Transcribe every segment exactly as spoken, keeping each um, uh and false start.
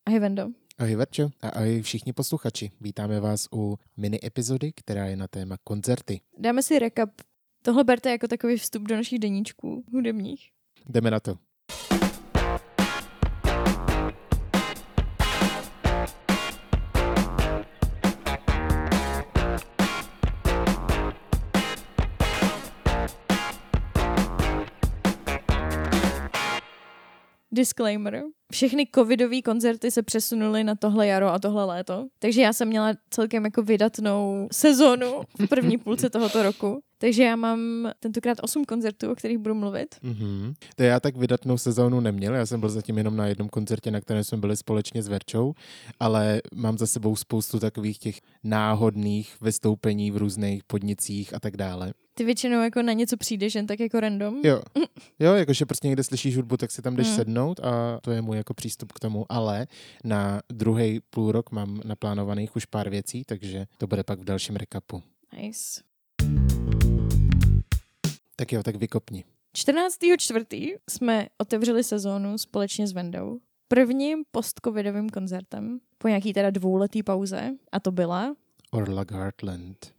Ahoj Vendo. Ahoj Verčo a ahoj všichni posluchači. Vítáme vás u mini epizody, která je na téma koncerty. Dáme si recap. Tohle berte jako takový vstup do našich deníčků hudebních. Jdeme na to. Disclaimer. Všechny covidové koncerty se přesunuly na tohle jaro a tohle léto. Takže já jsem měla celkem jako vydatnou sezonu v první půlce tohoto roku. Takže já mám tentokrát osm koncertů, o kterých budu mluvit. Mm-hmm. To já tak vydatnou sezónu neměl, já jsem byl zatím jenom na jednom koncertě, na kterém jsme byli společně s Verčou, ale mám za sebou spoustu takových těch náhodných vystoupení v různých podnicích a tak dále. Ty většinou jako na něco přijdeš jen tak jako random. Jo, jo, jakože prostě někde slyšíš hudbu, tak si tam jdeš mm. sednout a to je můj jako přístup k tomu, ale na druhý půl rok mám naplánovaných už pár věcí, takže to bude pak v dalším recapu. Nice. Tak jo, tak vykopni. čtrnáctého čtvrtého jsme otevřeli sezónu společně s Vendou. Prvním post-covidovým koncertem po nějaký teda dvouletý pauze a to byla Orla Gartland.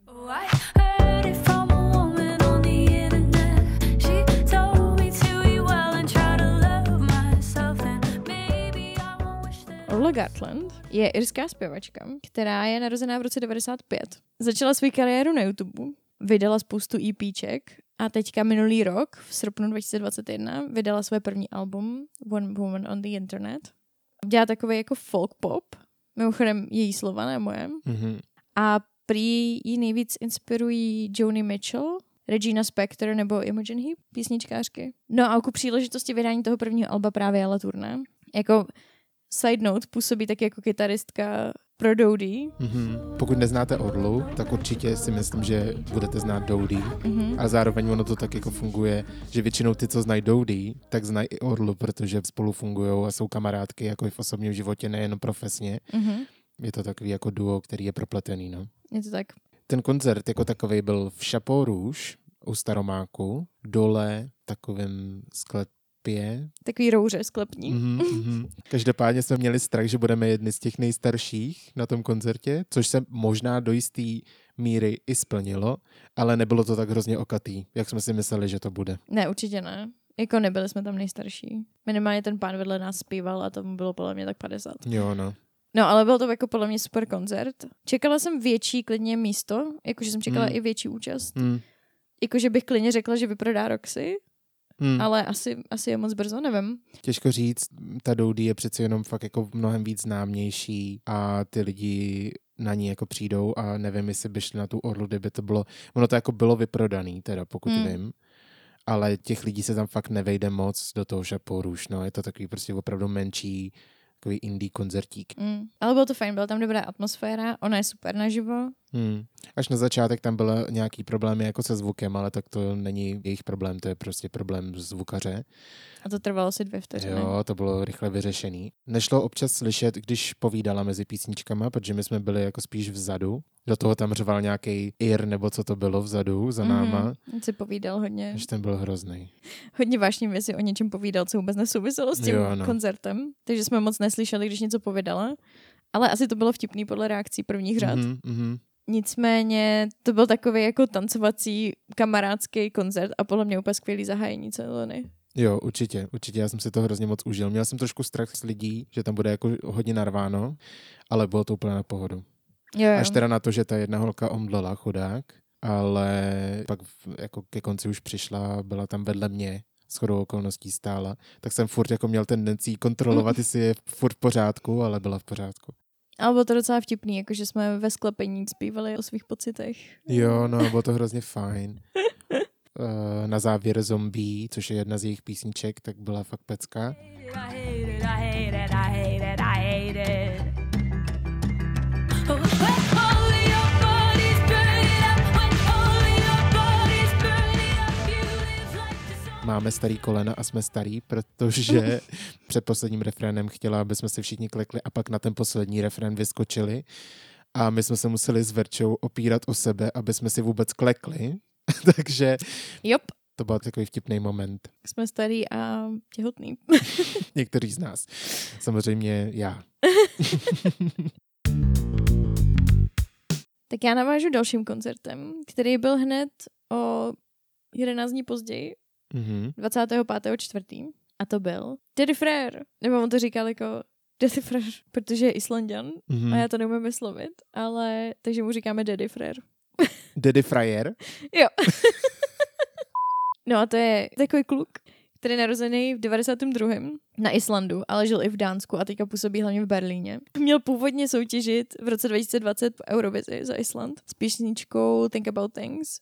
Orla Gartland je irská zpěvačka, která je narozená v roce devadesát pět. Začala svou kariéru na YouTube, vydala spoustu EPček a teďka minulý rok, v srpnu dva tisíce dvacet jedna, vydala své první album One Woman on the Internet. Dělá takový jako folk pop, mimochodem její slova, ne moje. Mm-hmm. A prý jí nejvíc inspirují Joni Mitchell, Regina Spektor nebo Imogen Heap, písničkářky. No a ku příležitosti vydání toho prvního alba právě jela turné. Jako side note, působí taky jako kytaristka pro Dodie. Mm-hmm. Pokud neznáte Orlu, tak určitě si myslím, že budete znát Dodie. Mm-hmm. A zároveň ono to tak jako funguje, že většinou ty, co znají Dodie, tak znají i Orlu, protože spolu fungujou a jsou kamarádky jako i v osobním životě, nejenom profesně. Mm-hmm. Je to takový jako duo, který je propletený, no. Je to tak. Ten koncert jako takovej byl v Chapeau Rouge u Staromáku, dole takovým sklepě. Takový rouře sklepní. Mm-hmm, mm-hmm. Každopádně jsme měli strach, že budeme jedni z těch nejstarších na tom koncertě, což se možná do jistý míry i splnilo, ale nebylo to tak hrozně okatý, jak jsme si mysleli, že to bude. Ne, určitě ne. Jako nebyli jsme tam nejstarší. Minimálně ten pán vedle nás zpíval a tomu bylo podle mě tak padesát. Jo, no. No, ale byl to jako podle mě super koncert. Čekala jsem větší klidně místo, jakože jsem čekala mm. i větší účast. Mm. Jakože bych klidně řekla, že vyprodá Roxy, mm. ale asi, asi je moc brzo, nevím. Těžko říct, ta Dodie je přece jenom fakt jako mnohem víc známější a ty lidi na ní jako přijdou a nevím, jestli by šli na tu Orlu, kdyby to bylo, ono to jako bylo vyprodaný teda, pokud mm. vím. Ale těch lidí se tam fakt nevejde moc do toho Chapeau Rouge, no. Je to takový prostě opravdu menší takový indie koncertík. Mm. Ale bylo to fajn, byla tam dobrá atmosféra, ona je super naživo. Hmm. Až na začátek tam byly nějaký problémy jako se zvukem, ale tak to není jejich problém, to je prostě problém zvukaře. A to trvalo asi dvě vteřiny. Jo, to bylo rychle vyřešený. Nešlo občas slyšet, když povídala mezi písničkama, protože my jsme byli jako spíš vzadu. Do toho tam řval nějaký ir, nebo co to bylo vzadu za náma. Mm, si povídal hodně. Až ten byl hrozný. Hodně vášnivě si o něčem povídal, co vůbec nesouviselo s tím jo, no. koncertem. Takže jsme moc neslyšeli, když něco povídala. Ale asi to bylo vtipný podle reakcí prvních řad. Mm-hmm, mm-hmm. Nicméně to byl takový jako tancovací kamarádský koncert a podle mě úplně skvělý zahájení sezóny. Jo, určitě, určitě, já jsem si to hrozně moc užil. Měl jsem trošku strach z lidí, že tam bude jako hodně narváno, ale bylo to úplně na pohodu. Jo, jo. Až teda na to, že ta jedna holka omdlela, chudák, ale pak jako ke konci už přišla, byla tam vedle mě, shodou okolností stála, tak jsem furt jako měl tendenci kontrolovat, jestli je furt v pořádku, ale byla v pořádku. Ale bylo to docela vtipný, jakože jsme ve sklepení zpívali o svých pocitech. Jo, no, bylo to hrozně fajn. Na závěr Zombie, což je jedna z jejich písniček, tak byla fakt pecka. Máme starý kolena a jsme starý, protože před posledním refrénem chtěla, aby jsme se všichni klekli a pak na ten poslední refrén vyskočili a my jsme se museli s Verčou opírat o sebe, aby jsme si vůbec klekli. Takže Jop. To byl takový vtipný moment. Jsme starý a těhotný. Někteří z nás. Samozřejmě já. Tak já navážu dalším koncertem, který byl hned o jedenáct dní později, Mm-hmm. dvacátého pátého čtvrtého A to byl Daddy Frere. Nebo on to říkal jako Daddy Frere, protože je Islanďan Mm-hmm. a já to neumím vyslovit, ale takže mu říkáme Daddy Frere. Daddy Frere? Jo. No a to je takový kluk, který je narozený v devadesátém druhém na Islandu, ale žil i v Dánsku a teďka působí hlavně v Berlíně. Měl původně soutěžit v roce dva tisíce dvacet v Eurovizi za Island s písničkou Think About Things.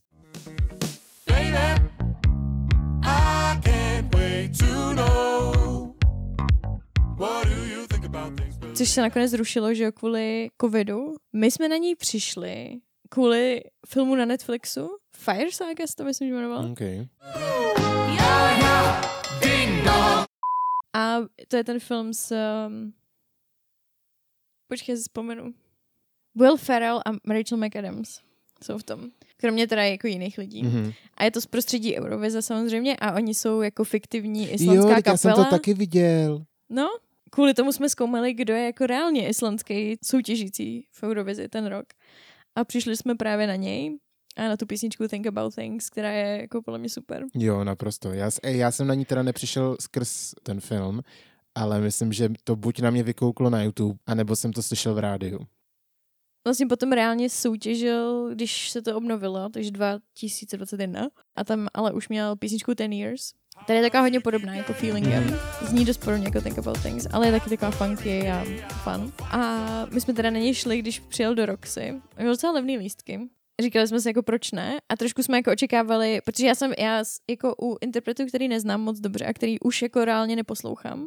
Což se nakonec zrušilo, že jo, kvůli covidu. My jsme na něj přišli kvůli filmu na Netflixu. Fire Saga, to myslím, že jmenoval. Okay. A to je ten film s... Um... Počkej, si vzpomenu. Will Ferrell a Rachel McAdams jsou v tom. Kromě teda jako jiných lidí. Mm-hmm. A je to z prostředí Eurovize samozřejmě a oni jsou jako fiktivní islandská jo, kapela. Já jsem to taky viděl. No, kvůli tomu jsme zkoumali, kdo je jako reálně islandský soutěžící v Eurovizi ten rok. A přišli jsme právě na něj a na tu písničku Think About Things, která je jako podle mě super. Jo, naprosto. Já, já jsem na ní teda nepřišel skrz ten film, ale myslím, že to buď na mě vykouklo na YouTube, anebo jsem to slyšel v rádiu. Vlastně potom reálně soutěžil, když se to obnovilo, takže dva tisíce dvacet jedna a tam ale už měl písničku Ten Years. Tady je taková hodně podobná jako Feelingem. Zní dost podobně jako Think About Things, ale je taky taková funky a fun. A my jsme teda na něj šli, když přijel do Roxy. Měl docela levný lístky. Říkali jsme si jako proč ne a trošku jsme jako očekávali, protože já jsem já jako u interpretů, který neznám moc dobře a který už jako reálně neposlouchám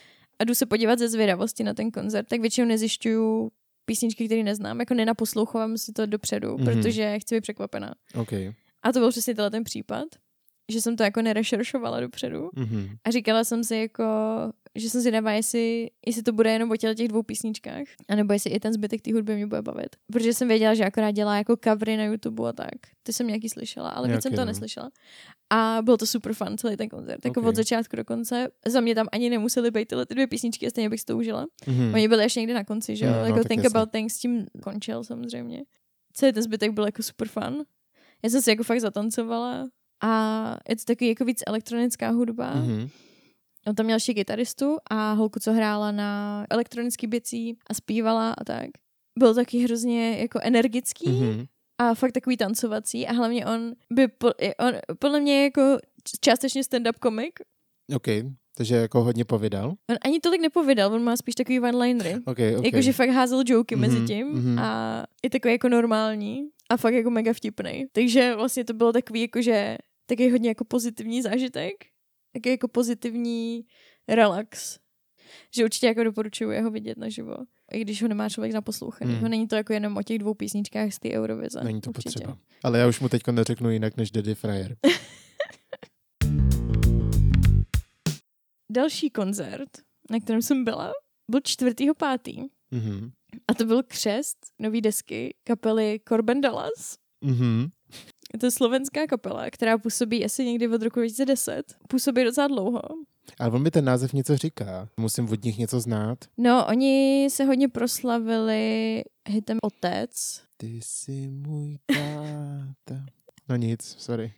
a jdu se podívat ze zvědavosti na ten koncert, tak většinou nezjišťuju písničky, které neznám, jako nenaposlouchávám si to dopředu, mm-hmm. protože chci být překvapená. Okay. A to byl přesně tenhle ten případ, že jsem to jako nerešeršovala dopředu mm-hmm. a říkala jsem si jako, že jsem si nevá, jestli, jestli to bude jenom o těch dvou písničkách, anebo jestli i ten zbytek té hudby mě bude bavit. Protože jsem věděla, že akorát dělá jako covery na YouTube a tak. Ty jsem nějaký slyšela, ale víc jsem to no. neslyšela. A bylo to super fun, celý ten koncert. Jako okay. od začátku do konce. Za mě tam ani nemusely být tyhle ty dvě písničky, a stejně bych si to užila. Mm-hmm. Oni byli až někdy na konci, že jo? Mm, jako no, Think jasný. About Things s tím končil samozřejmě. Celý ten zbytek byl jako super fun. Já jsem si jako fakt zatancovala. A je to takový jako víc elektronická hudba. Mm-hmm. On tam měl ještě kytaristu a holku, co hrála na elektronický bicí a zpívala a tak. Byl taky hrozně jako energický mm-hmm. a fakt takový tancovací a hlavně on by, po, on, podle mě jako částečně stand-up komik. OK, takže jako hodně povídal. On ani tolik nepovídal, on má spíš takový one-linery. Okay, okay. Jakože fakt házel joky mm-hmm, mezi tím mm-hmm. a je takový jako normální a fakt jako mega vtipnej. Takže vlastně to bylo takový jakože taky hodně jako pozitivní zážitek. Taky jako pozitivní relax. Že určitě jako doporučuji jeho vidět naživo. I když ho nemá člověk naposlouchaný. Hmm. Není to jako jenom o těch dvou písničkách z té Eurovize. Není to určitě. potřeba. Ale já už mu teďko neřeknu jinak než Daddy Frere. Další koncert, na kterém jsem byla, byl čtvrtého pátého Mm-hmm. A to byl křest nový desky kapely Corben Dallas. Mm-hmm. Je to slovenská kapela, která působí asi někdy od roku dva tisíce deset. Působí docela dlouho. Ale on mi ten název něco říká. Musím od nich něco znát. No, oni se hodně proslavili hitem Otec. Ty jsi můj táta. No nic, sorry.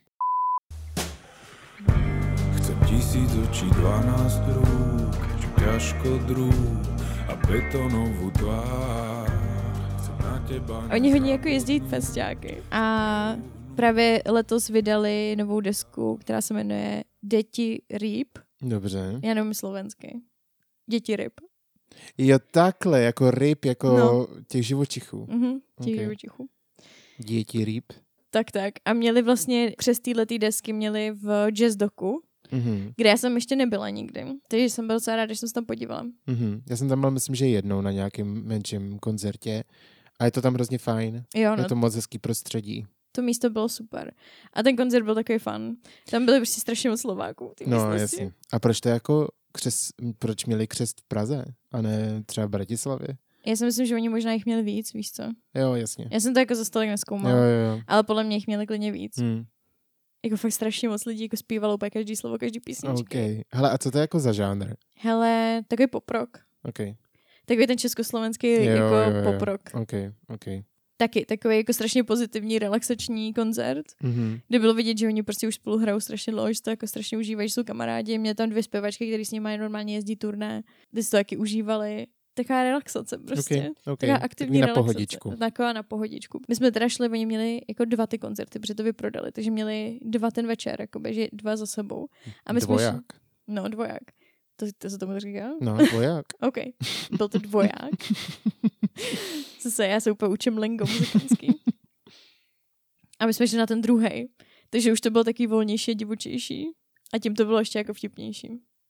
Chcem tisíc očí, dvanáct rúk, ťažko drúk a betonovú tvár. Chcem na teba... Oni hodně jako jezdí festiáky. A právě letos vydali novou desku, která se jmenuje Děti rýb. Dobře. Já nevím slovensky. Děti ryb. Jo, takhle, jako ryb, jako no. těch živočichů. Mhm, těch Okay. živočichů. Děti ryb. Tak, tak. A měli vlastně přes téhletý desky měli v Jazz Doku, Mm-hmm. kde já jsem ještě nebyla nikdy. Takže jsem byla docela ráda, když jsem se tam podívala. Mm-hmm. Já jsem tam byl, myslím, že jednou na nějakém menším koncertě a je to tam hrozně fajn. Jo, no. Je to moc hezký prostředí. To místo bylo super. A ten koncert byl takový fun. Tam byly prostě strašně moc Slováků. No, jasně. A proč to jako křes, proč měli křest v Praze a ne třeba v Bratislavě? Já si myslím, že oni možná jich měli víc, víš co? Jo, jasně. Já jsem to jako za stolik nezkoumala. Jo, jo, jo. Ale podle mě jich měli klidně víc. Hmm. Jako fakt strašně moc lidí jako zpívalo úplně každý slovo, každý písničky. Okay. Hele, a co to je jako za žánr? Hele, takový poprok. Okay. Takový ten československý jo, jako jo, jo. poprok. Okay, okay. Taky takový jako strašně pozitivní, relaxační koncert, Mm-hmm. kde bylo vidět, že oni prostě už spolu hrajou strašně dlouho, že to jako strašně užívají, že jsou kamarádi. Měli tam dvě zpěvačky, které s nimi mají normálně jezdí turné, kde si to taky užívali. Taková relaxace prostě. Okay, okay. Taková aktivní na relaxace. pohodičku. Taková na pohodičku. My jsme teda šli, oni měli jako dva ty koncerty, protože to vyprodali, takže měli dva ten večer, jakoby, že dva za sebou. A my dvoják. Jsme šli, no, dvoják. To, to se tomu říká? No, dvoják. OK. Byl to dvoják. Zase já se úplně učím lingo muzikantský. A my jsme šli na ten druhej. Takže už to bylo taky volnější a divočejší. A tím to bylo ještě jako vtipnější.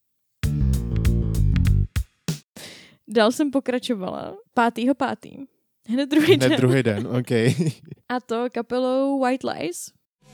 Dál jsem pokračovala pátýho pátý. Hned druhý Hned den. druhý den, OK. A to kapelou White Lies.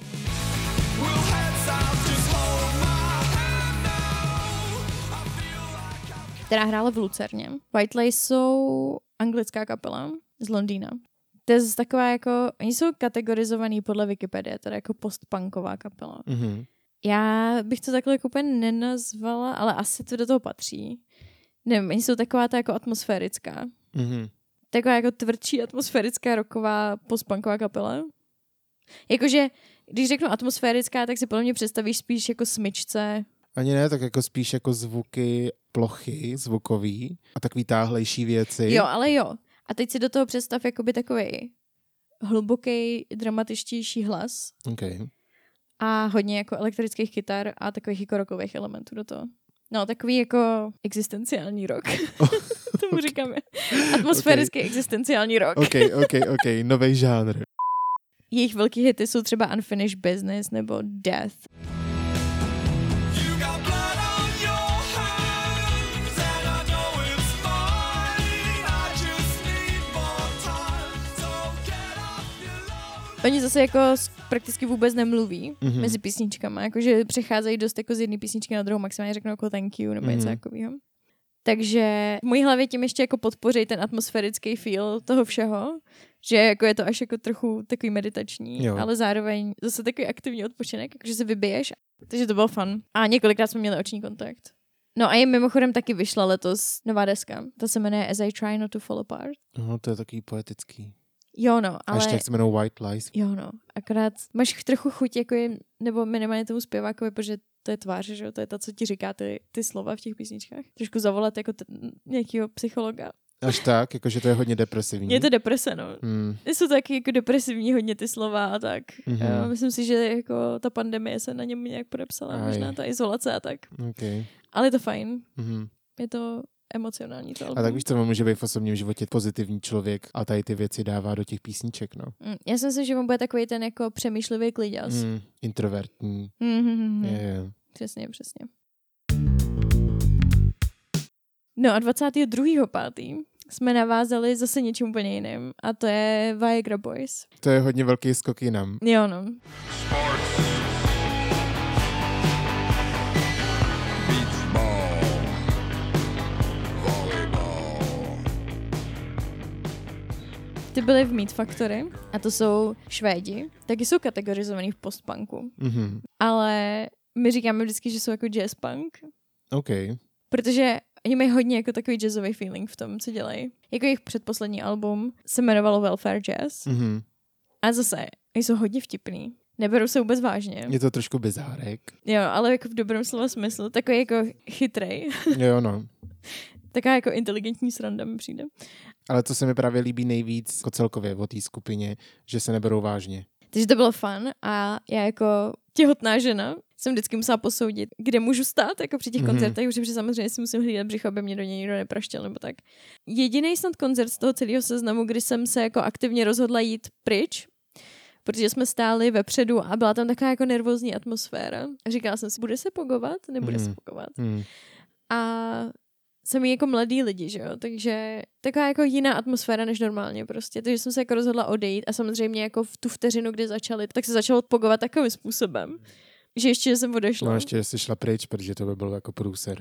Která hrála v Lucerně. White Lies jsou anglická kapela z Londýna. To je taková jako, oni jsou kategorizovaný podle Wikipedie, teda jako postpunková kapela. Mm-hmm. Já bych to takhle jako úplně nenazvala, ale asi to do toho patří. Nevím, oni jsou taková ta jako atmosférická. Mm-hmm. Taková jako tvrdší atmosférická rocková postpunková kapela. Jakože, když řeknu atmosférická, tak si podle mě představíš spíš jako smyčce. Ani ne, tak jako spíš jako zvuky plochy, zvukový a takový táhlejší věci. Jo, ale jo. A teď si do toho představ jakoby takový hluboký, dramatičtější hlas. Okay. A hodně jako elektrických kytar a takových jako rockových elementů do toho. No, takový jako existenciální rock. Tomu říkáme. Atmosférický okay. existenciální rock. OK, OK, OK. Nový žánr. Jejich velký hity jsou třeba Unfinished Business nebo Death. Oni zase jako prakticky vůbec nemluví mm-hmm. mezi písničkama, jakože přecházejí dost jako z jedné písničky na druhou, maximálně řeknou jako thank you nebo něco mm-hmm. takového. Takže v mojí hlavě tím ještě jako podpoří ten atmosférický feel toho všeho, že jako je to až jako trochu takový meditační, jo. Ale zároveň zase takový aktivní odpočinek, jakože se vybiješ, takže to bylo fun. A několikrát jsme měli oční kontakt. No a jim mimochodem taky vyšla letos nová deska. Ta se jmenuje As I Try Not to Fall Apart. No, to je takový poetický. Jo, no, ale... A ještě jak se jmenou White Lies. Jo, no, akorát máš trochu chuť, jako je, nebo minimálně tomu zpěvákovi, protože to je tvář, že jo, to je to, co ti říká ty, ty slova v těch písničkách. Trošku zavolat jako t- nějakýho psychologa. Až tak, jakože to je hodně depresivní. Je to deprese, no. Hmm. Jsou taky jako depresivní hodně ty slova a tak. Mm-hmm. Jo, myslím si, že jako ta pandemie se na něm nějak podepsala, Aj. možná ta izolace a tak. Okay. Ale je to fajn. Mm-hmm. Je to emocionální to album. A tak víš, co může být v osobním životě pozitivní člověk a tady ty věci dává do těch písniček, no. Mm, já si myslím, že on bude takový ten jako přemýšlivý kliďas. Mm, introvertní. Mm-hmm. Je, je. Přesně, přesně. No a dvacátého druhého pátého jsme navázali zase něčím úplně jiným a to je Viagra Boys. To je hodně velký skok jinam. Jo, no. Ty byly v Meat Factory a to jsou Švédi, taky jsou kategorizovaný v postpunku. Mm-hmm. Ale my říkáme vždycky, že jsou jako jazz punk. OK. Protože oni mají hodně jako takový jazzový feeling v tom, co dělají. Jako jejich předposlední album se jmenovalo Welfare Jazz. Mm-hmm. A zase, jsou hodně vtipný. Neberou se vůbec vážně. Je to trošku bizárek. Jo, ale jako v dobrém slova smyslu. Takový jako chytrej. Jo, no. Taková jako inteligentní sranda mi přijde. Ale to se mi právě líbí nejvíc jako celkově o té skupině, že se neberou vážně. Takže to bylo fun a já jako těhotná žena jsem vždycky musela posoudit, kde můžu stát jako při těch mm-hmm. koncertech, protože samozřejmě si musím hlídat břicho, aby mě do něj nikdo nepraštěl nebo tak. Jediný snad koncert z toho celého seznamu, kdy jsem se jako aktivně rozhodla jít pryč, protože jsme stáli vepředu a byla tam taková jako nervózní atmosféra. A říkala jsem si, bude se pogovat? Nebude mm. se pogovat. Mm. A sami jako mladí lidi, že jo, takže taková jako jiná atmosféra než normálně prostě, takže jsem se jako rozhodla odejít a samozřejmě jako v tu vteřinu, kdy začali, tak se začalo pogovat takovým způsobem, že ještě jsem odešla. No ještě jsi šla pryč, protože to by bylo jako průser.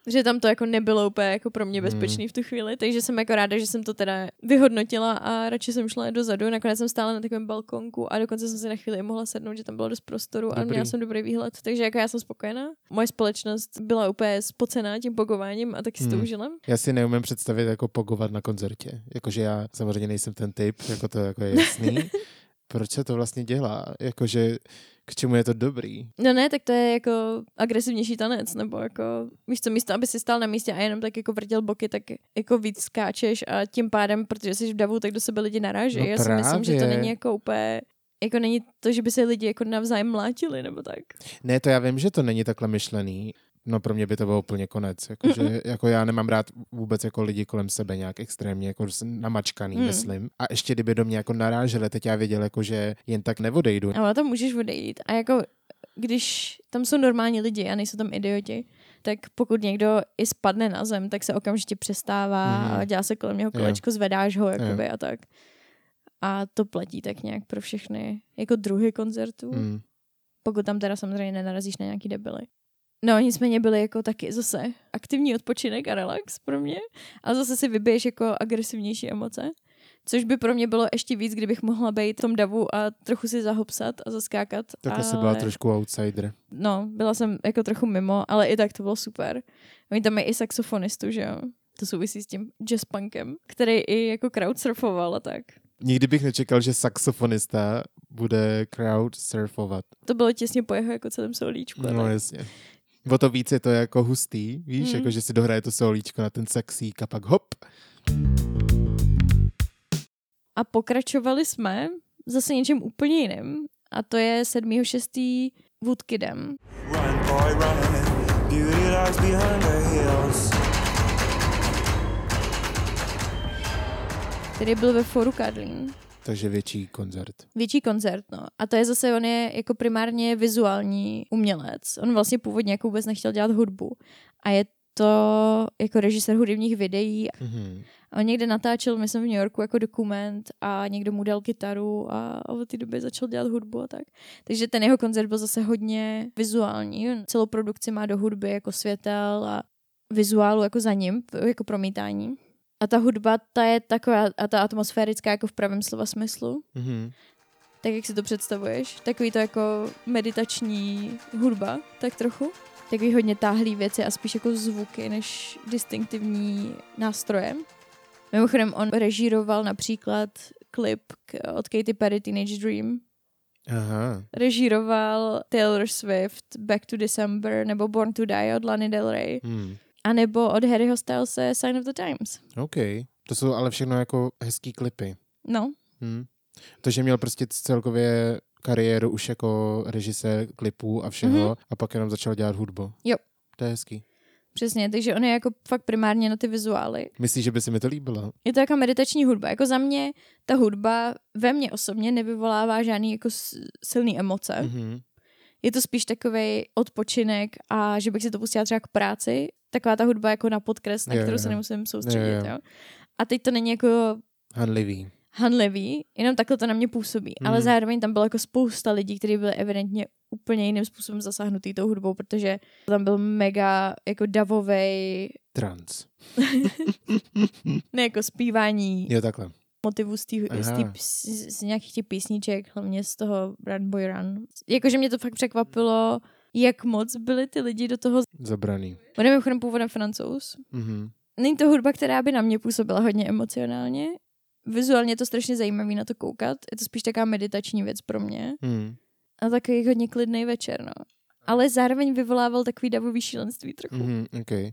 Že tam to jako nebylo úplně jako pro mě bezpečný hmm. v tu chvíli, takže jsem jako ráda, že jsem to teda vyhodnotila a radši jsem šla dozadu. Nakonec jsem stála na takovém balkonku a dokonce jsem si na chvíli mohla sednout, že tam bylo dost prostoru a měla jsem dobrý výhled, takže jako já jsem spokojená. Moje společnost byla úplně spocená tím pogováním a taky si hmm. to užila. Já si neumím představit jako pogovat na koncertě. Jakože já samozřejmě nejsem ten typ, jako to jako je jasný. Proč se to vlastně dělá? Jakože k čemu je to dobrý? No ne, tak to je jako agresivnější tanec, nebo jako, víš co, místo, aby si stál na místě a jenom tak jako vrtěl boky, tak jako víc skáčeš a tím pádem, protože jsi v davu, tak do sebe lidi naráží. No Já právě. si myslím, že to není jako úplně, jako není to, že by se lidi jako navzájem mlátili, nebo tak. Ne, to já vím, že to není takhle myšlený. No pro mě by to bylo úplně konec. Jako, že, jako já nemám rád vůbec jako lidi kolem sebe nějak extrémně jako namačkaný, mm. myslím. A ještě kdyby do mě jako naráželi, teď já věděl, jako, že jen tak neodejdu. Ale tam můžeš odejít. A jako když tam jsou normální lidi a nejsou tam idioti, tak pokud někdo i spadne na zem, tak se okamžitě přestává mm. a dělá se kolem něho kolečko, jo. Zvedáš ho jakoby jo. a tak. A to platí tak nějak pro všechny jako druhy koncertů. Mm. Pokud tam teda samozřejmě nenarazíš na nějaký debily. No, nicméně byly jako taky zase aktivní odpočinek a relax pro mě. A zase si vybiješ jako agresivnější emoce. Což by pro mě bylo ještě víc, kdybych mohla být v tom davu a trochu si zahopsat a zaskákat. Tak ale... asi byla trošku outsider. No, byla jsem jako trochu mimo, ale i tak to bylo super. Oni tam mají i saxofonistu, že jo? To souvisí s tím jazzpunkem, který i jako crowdsurfoval a tak. Nikdy bych nečekal, že saxofonista bude crowdsurfovat. To bylo těsně po jeho jako celém solíčku. No tak. Jasně. O to víc je to jako hustý, víš, mm. jako že si dohraje to solíčko na ten saxík a pak hop. A pokračovali jsme zase něčím úplně jiným a to je sedmého šestého Woodkidem. Run, boy, run. Beauty lies behind the hills. Který byl ve Foru Karlín. Takže větší koncert. Větší koncert, no. A to je zase, on je jako primárně vizuální umělec. On vlastně původně jako vůbec nechtěl dělat hudbu. A je to jako režisér hudebních videí. Mm-hmm. On někde natáčel, myslím, v New Yorku jako dokument a někdo mu dal kytaru a od té doby začal dělat hudbu a tak. Takže ten jeho koncert byl zase hodně vizuální. On celou produkci má do hudby jako světel a vizuálu jako za ním, jako promítání. A ta hudba, ta je taková, a ta atmosférická jako v pravém slova smyslu. Mm-hmm. Tak jak si to představuješ? Takový to jako meditační hudba, tak trochu. Takový hodně táhlý věci a spíš jako zvuky, než distinktivní nástroje. Mimochodem on režíroval například klip k, od Katy Perry Teenage Dream. Aha. Režíroval Taylor Swift Back to December nebo Born to Die od Lany Del Rey. Hmm. A nebo od Harryho Stylese Sign of the Times. OK. To jsou ale všechno jako hezký klipy. No. Hmm. Takže měl prostě celkově kariéru už jako režisér klipů a všeho mm-hmm. a pak jenom začal dělat hudbu. Jo. To je hezký. Přesně, takže on je jako fakt primárně na ty vizuály. Myslíš, že by se mi to líbilo? Je to jako meditační hudba. Jako za mě ta hudba ve mně osobně nevyvolává žádný jako silný emoce. Mm-hmm. Je to spíš takovej odpočinek a že bych si to pustila třeba k práci. Taková ta hudba jako na podkres, na je, kterou je. se nemusím soustředit. Je, je. Jo? A teď to není jako... Hanlivý. Hanlivý, jenom takhle to na mě působí. Mm. Ale zároveň tam bylo jako spousta lidí, kteří byli evidentně úplně jiným způsobem zasáhnutý tou hudbou, protože tam byl mega jako davovej... Trans. Ne, jako zpívání. Jo, takhle. Motivů z, tý, z, tý, z, z nějakých těch písniček, hlavně z toho Run Boy Run. Jakože mě to fakt překvapilo, jak moc byli ty lidi do toho zabraný. On je mimochodem původem Francouz. Mm-hmm. Není to hudba, která by na mě působila hodně emocionálně. Vizuálně je to strašně zajímavý na to koukat. Je to spíš taková meditační věc pro mě. Mm. A takový hodně klidný večer, no. Ale zároveň vyvolával takový davový šílenství trochu. Mm, okay.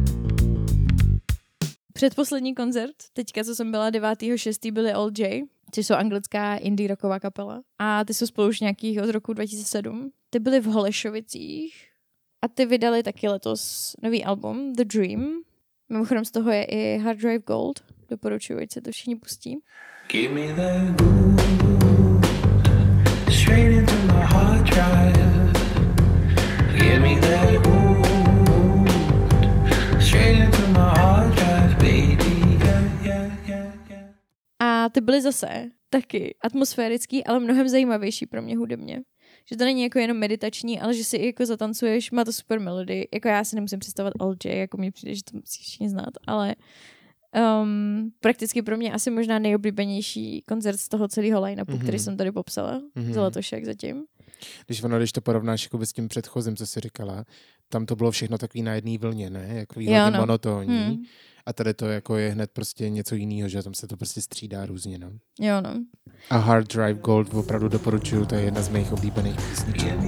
Předposlední koncert, teďka, co jsem byla devátého šestého byli All J, což jsou anglická indie rocková kapela. A ty jsou spolu už nějakých od roku dva tisíce sedm. Ty byli v Holešovicích a ty vydali taky letos nový album The Dream. Mimochodem z toho je i Hard Drive Gold. Doporučuji, ať se to všichni pustí. Give me that gold, straight into my hard drive. Give me that gold, straight into my hard drive, baby. Yeah, yeah, yeah, yeah. A ty byly zase taky atmosférický, ale mnohem zajímavější pro mě hudebně. že to není jako jenom meditační, ale že si jako zatancuješ, má to super melodii. Jako já si nemusím představovat All J, jako mi přijde, že to musíš všichni znát, ale um, prakticky pro mě asi možná nejoblíbenější koncert z toho celého line-upu, mm-hmm. který jsem tady popsala mm-hmm. za letošek zatím. Když ono, když to porovnáš jako s tím předchozím, co jsi říkala, tam to bylo všechno takový na jedné vlně, ne? Jako hodně no. monotónní. Hmm. A tady to jako je hned prostě něco jiného, že tam se to prostě střídá různě, no. Jo, no. A Hard Drive Gold opravdu doporučuju, to je jedna z mých oblíbených písniček.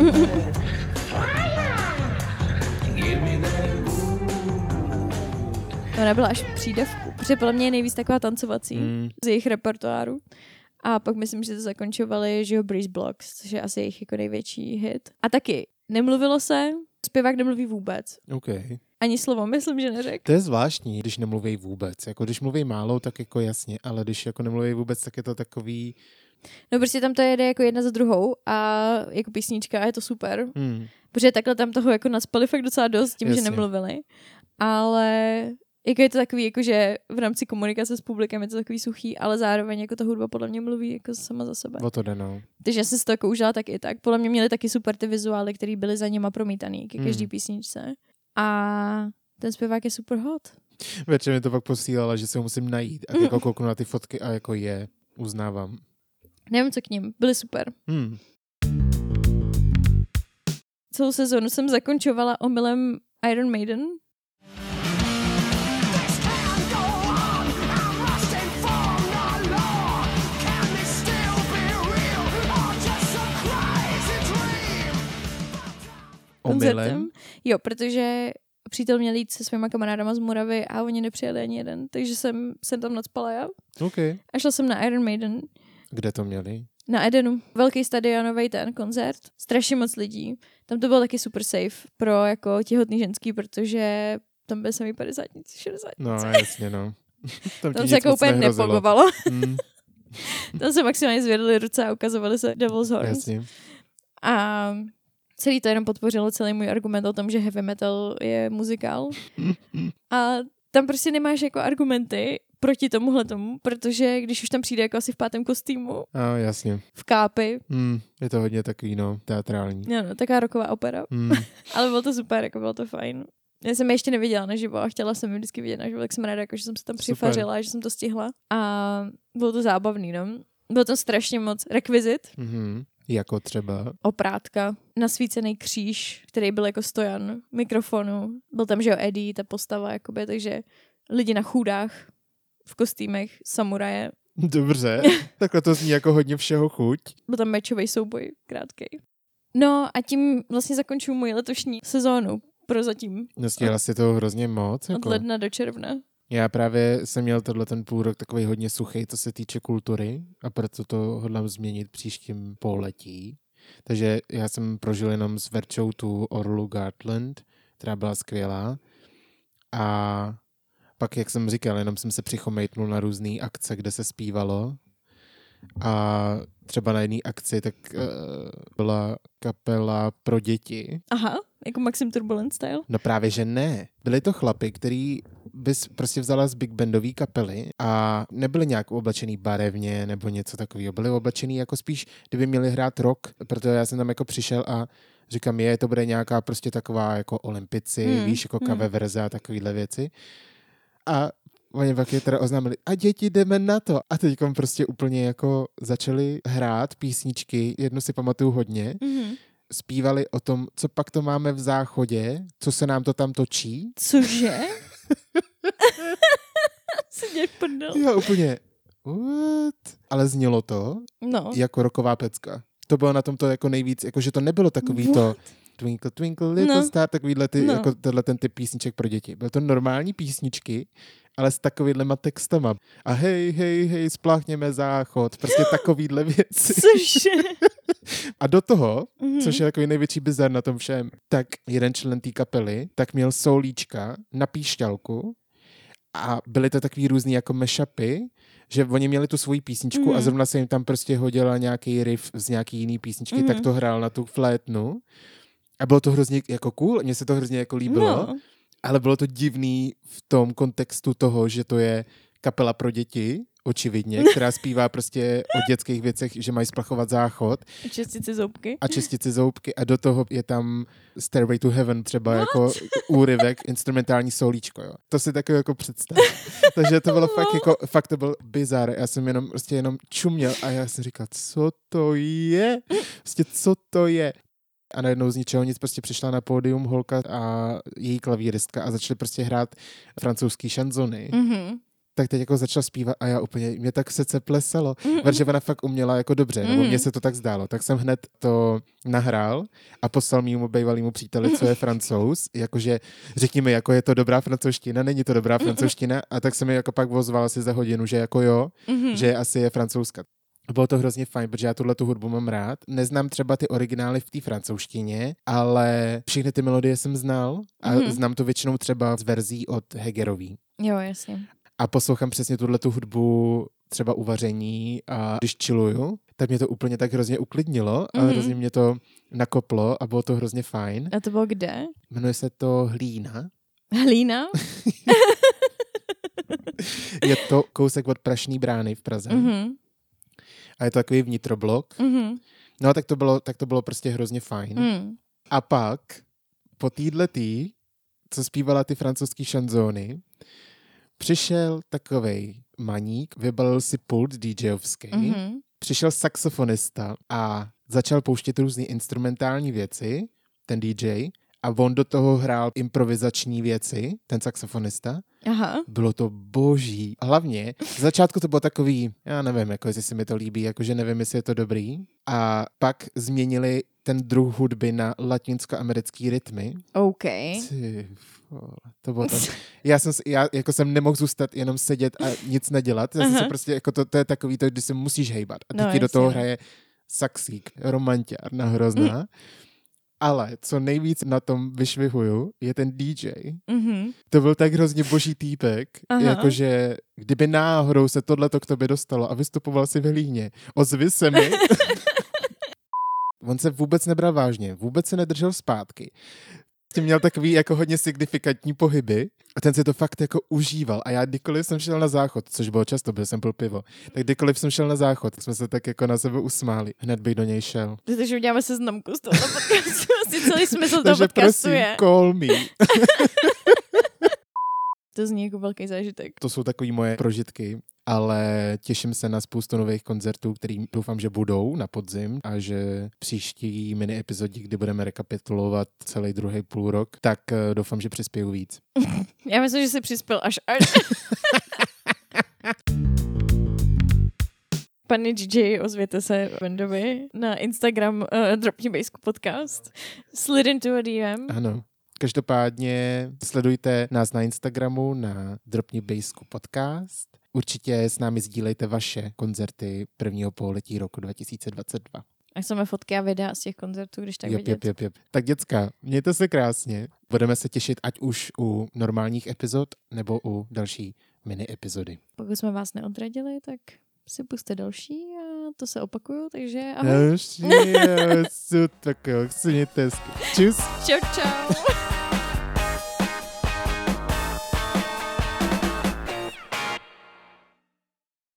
Ona byla až přídavku, protože podle mě je nejvíc taková tancovací mm. z jejich repertoáru. A pak myslím, že to zakončovali, že jo, Breeze Blocks, což je asi jejich jako největší hit. A taky nemluvilo se, zpěvák nemluví vůbec. Okay. Ani slovo, myslím, že neřekl. To je zvláštní, když nemluví vůbec. Jako když mluví málo, tak jako jasně, ale když jako nemluví vůbec, tak je to takový... No prostě tam to jede jako jedna za druhou a jako písnička a je to super. Hmm. Protože takhle tam toho jako nacpali fakt docela dost tím, jasně. že nemluvili. Ale... Jako je to takový, jako že v rámci komunikace s publikem je to takový suchý, ale zároveň jako ta hudba podle mě mluví jako sama za sebe. O to jde, no. Takže já jsem si to jako užila tak i tak. Podle mě měli taky super ty vizuály, které byly za nima promítaný ke každý mm. písničce. A ten zpěvák je super hot. Večer mi to pak posílala, že se ho musím najít a jako kouknu na ty fotky a jako je, uznávám. Nevím, co k ním. Byly super. Mm. Celou sezónu jsem zakončovala omylem Iron Maiden. koncertem. Jo, protože přítel měl jít se svýma kamarádama z Moravy a oni nepřijeli ani jeden, takže jsem, jsem tam nacpala já. Okay. A šla jsem na Iron Maiden. Kde to měli? Na Edenu. Velký stadionový ten koncert. Strašně moc lidí. Tam to bylo taky super safe pro jako těhotný ženský, protože tam byly samý padesátníci, šedesátníci. No jasně, no. Tam, tam se jako úplně nepogovalo. Mm. Tam se maximálně zvědali ruce a ukazovali se Devil's Horns. Jasně. A celý to jenom podpořilo celý můj argument o tom, že heavy metal je muzikál. A tam prostě nemáš jako argumenty proti tomuhle tomu, protože když už tam přijde jako asi v pátém kostýmu. A jasně. V kápi. Mm, je to hodně takový, no, teatrální. No, no, taková rocková opera. Mm. Ale bylo to super, jako bylo to fajn. Já jsem je ještě neviděla naživo a chtěla jsem je vždycky vidět naživo, tak jsem ráda, jako, že jsem se tam přifařila a že jsem to stihla. A bylo to zábavný, no. Bylo to strašně moc rekvizit. Mm-hmm. Jako třeba? Oprátka, nasvícený kříž, který byl jako stojan mikrofonu. Byl tam, že jo, Eddie, ta postava, jakoby, takže lidi na chůdách, v kostýmech, samuraje. Dobře, takhle to zní jako hodně všeho chuť. Byl tam mečový souboj, krátkej. No a tím vlastně zakončuju moji letošní sezónu, prozatím. No stihla si toho hrozně moc. Jako. Od ledna do června. Já právě jsem měl tohle ten půl rok takový hodně suchý, co se týče kultury a proto to hodlám změnit příštím pololetí. Takže já jsem prožil jenom s Verčou tu Orlu Gartland, která byla skvělá. A pak, jak jsem říkal, jenom jsem se přichomejtnul na různé akce, kde se zpívalo. A třeba na jedné akci tak uh, byla kapela pro děti. Aha, jako Maxim Turbulent style? No právě, že ne. Byli to chlapi, který bys prostě vzala z big bandové kapely a nebyli nějak oblečený barevně nebo něco takového. Byli oblečený jako spíš, kdyby měli hrát rock, protože já jsem tam jako přišel a říkám, je, to bude nějaká prostě taková jako olympici, hmm. víš, jako cover hmm. verze a takovýhle věci. A oni pak je teda oznámili, a děti, jdeme na to. A teď prostě úplně jako začali hrát písničky, jednu si pamatuju hodně, mm-hmm. zpívali o tom, co pak to máme v záchodě, co se nám to tam točí. Cože? Se děj prdel. Jo, úplně, what? Ale znělo to no. jako rocková pecka. To bylo na tom to jako nejvíc, jako že to nebylo takový what? To Twinkle, twinkle, little no. star, takovýhle ty, no. jako tenhle ten typ písniček pro děti. Byly to normální písničky, ale s takovýhlema textama. A hej, hej, hej, spláchněme záchod. Prostě takovýhle věci. Cože? A do toho, mm-hmm. což je takový největší bizar na tom všem, tak jeden člen té kapely, tak měl soulíčka na píšťalku a byly to takový různý jako mashupy, že oni měli tu svoji písničku mm-hmm. a zrovna se jim tam prostě hodila nějaký riff z nějaký jiný písničky, mm-hmm. tak to hrál na tu flétnu. A bylo to hrozně jako cool, mně se to hrozně jako líbilo. No. Ale bylo to divný v tom kontextu toho, že to je kapela pro děti, očividně, která zpívá prostě o dětských věcech, že mají splachovat záchod. A čistit si zoubky. A čistit si zoubky. A do toho je tam Stairway to Heaven třeba What? Jako úryvek, instrumentální solíčko. Jo. To si taky jako představ. Takže to bylo fakt jako, fakt to byl bizar. Já jsem jenom prostě jenom čuměl a já jsem říkal, co to je? Prostě co to je? A najednou z ničeho nic prostě přišla na pódium holka a její klavíristka a začali prostě hrát francouzský šanzony. Mm-hmm. Tak teď jako začala zpívat a já úplně, mě tak srdce plesalo, mm-hmm. protože ona fakt uměla jako dobře, mm-hmm. nebo mně se to tak zdálo. Tak jsem hned to nahrál a poslal mému bývalému příteli, co je Francouz, jakože řekni mi, jako je to dobrá francouzština, není to dobrá francouzština a tak se mi jako pak ozval asi za hodinu, že jako jo, mm-hmm. že asi je francouzska. Bylo to hrozně fajn, protože já tuhle tu hudbu mám rád. Neznám třeba ty originály v té francouzštině, ale všechny ty melodie jsem znal a mm-hmm. znám to většinou třeba z verzí od Hegerový. Jo, jasně. A poslouchám přesně tuhle tu hudbu třeba u vaření a když chilluju, tak mě to úplně tak hrozně uklidnilo a mm-hmm. hrozně mě to nakoplo a bylo to hrozně fajn. A to bylo kde? Jmenuje se to Hlína. Hlína? Je to kousek od Prašní brány v Praze. Mm-hmm. A je to takový vnitroblok. Mm-hmm. No tak to bylo, tak to bylo prostě hrozně fajn. Mm. A pak po týhletý, co zpívala ty francouzský šanzóny, přišel takovej maník, vybalil si pult DJovský, mm-hmm. přišel saxofonista a začal pouštět různý instrumentální věci, ten D J, a on do toho hrál improvizační věci, ten saxofonista. Aha. Bylo to boží. Hlavně, z začátku to bylo takový, já nevím, jako jestli se mi to líbí, jakože nevím, jestli je to dobrý. A pak změnili ten druh hudby na latinskoamerický rytmy. OK. Ty, to bylo tak. Já jsem, já jako jsem nemohl zůstat jenom sedět a nic nedělat. Já jsem se prostě, jako to, to je takový to, když se musíš hejbat. A teď no, ti do toho hraje saxík, romantiárna hrozná. Mm. Ale co nejvíc na tom vyšvihuju, je ten D J. Mm-hmm. To byl tak hrozně boží týpek, jakože kdyby náhodou se tohleto k tobě dostalo a vystupoval si v Hlíně, ozvi se mi. On se vůbec nebral vážně, vůbec se nedržel zpátky. Měl takový jako hodně signifikantní pohyby a ten si to fakt jako užíval. A já kdykoliv jsem šel na záchod, což bylo často, byl jsem pil pivo, tak kdykoliv jsem šel na záchod, jsme se tak jako na sebe usmáli. Hned bych do něj šel. Takže uděláme seznamku z toho podcastu. Asi celý smysl toho podcastu je. Call me. To zní jako velký zážitek. To jsou takový moje prožitky, ale těším se na spoustu nových koncertů, který doufám, že budou na podzim a že příští mini epizodě, kdy budeme rekapitulovat celý druhý půl rok, tak doufám, že přispěju víc. Já myslím, že jsi přispěl až až. Pane D J, ozvěte se Vendovi na Instagram uh, Dropni Bejsku podcast. Slid into a D M. Ano. Každopádně sledujte nás na Instagramu na Dropni Bejsku podcast. Určitě s námi sdílejte vaše koncerty prvního pololetí roku dva tisíce dvacet dva. A chceme fotky a videa z těch koncertů, když tak jop, vidět. Jop, jop, jop. Tak děcka, mějte se krásně. Budeme se těšit ať už u normálních epizod nebo u další mini epizody. Pokud jsme vás neodradili, tak si puste další a to se opakuju, takže ahoj. Další, tak jo, chci mějte hezky. Čus. Čau, čau.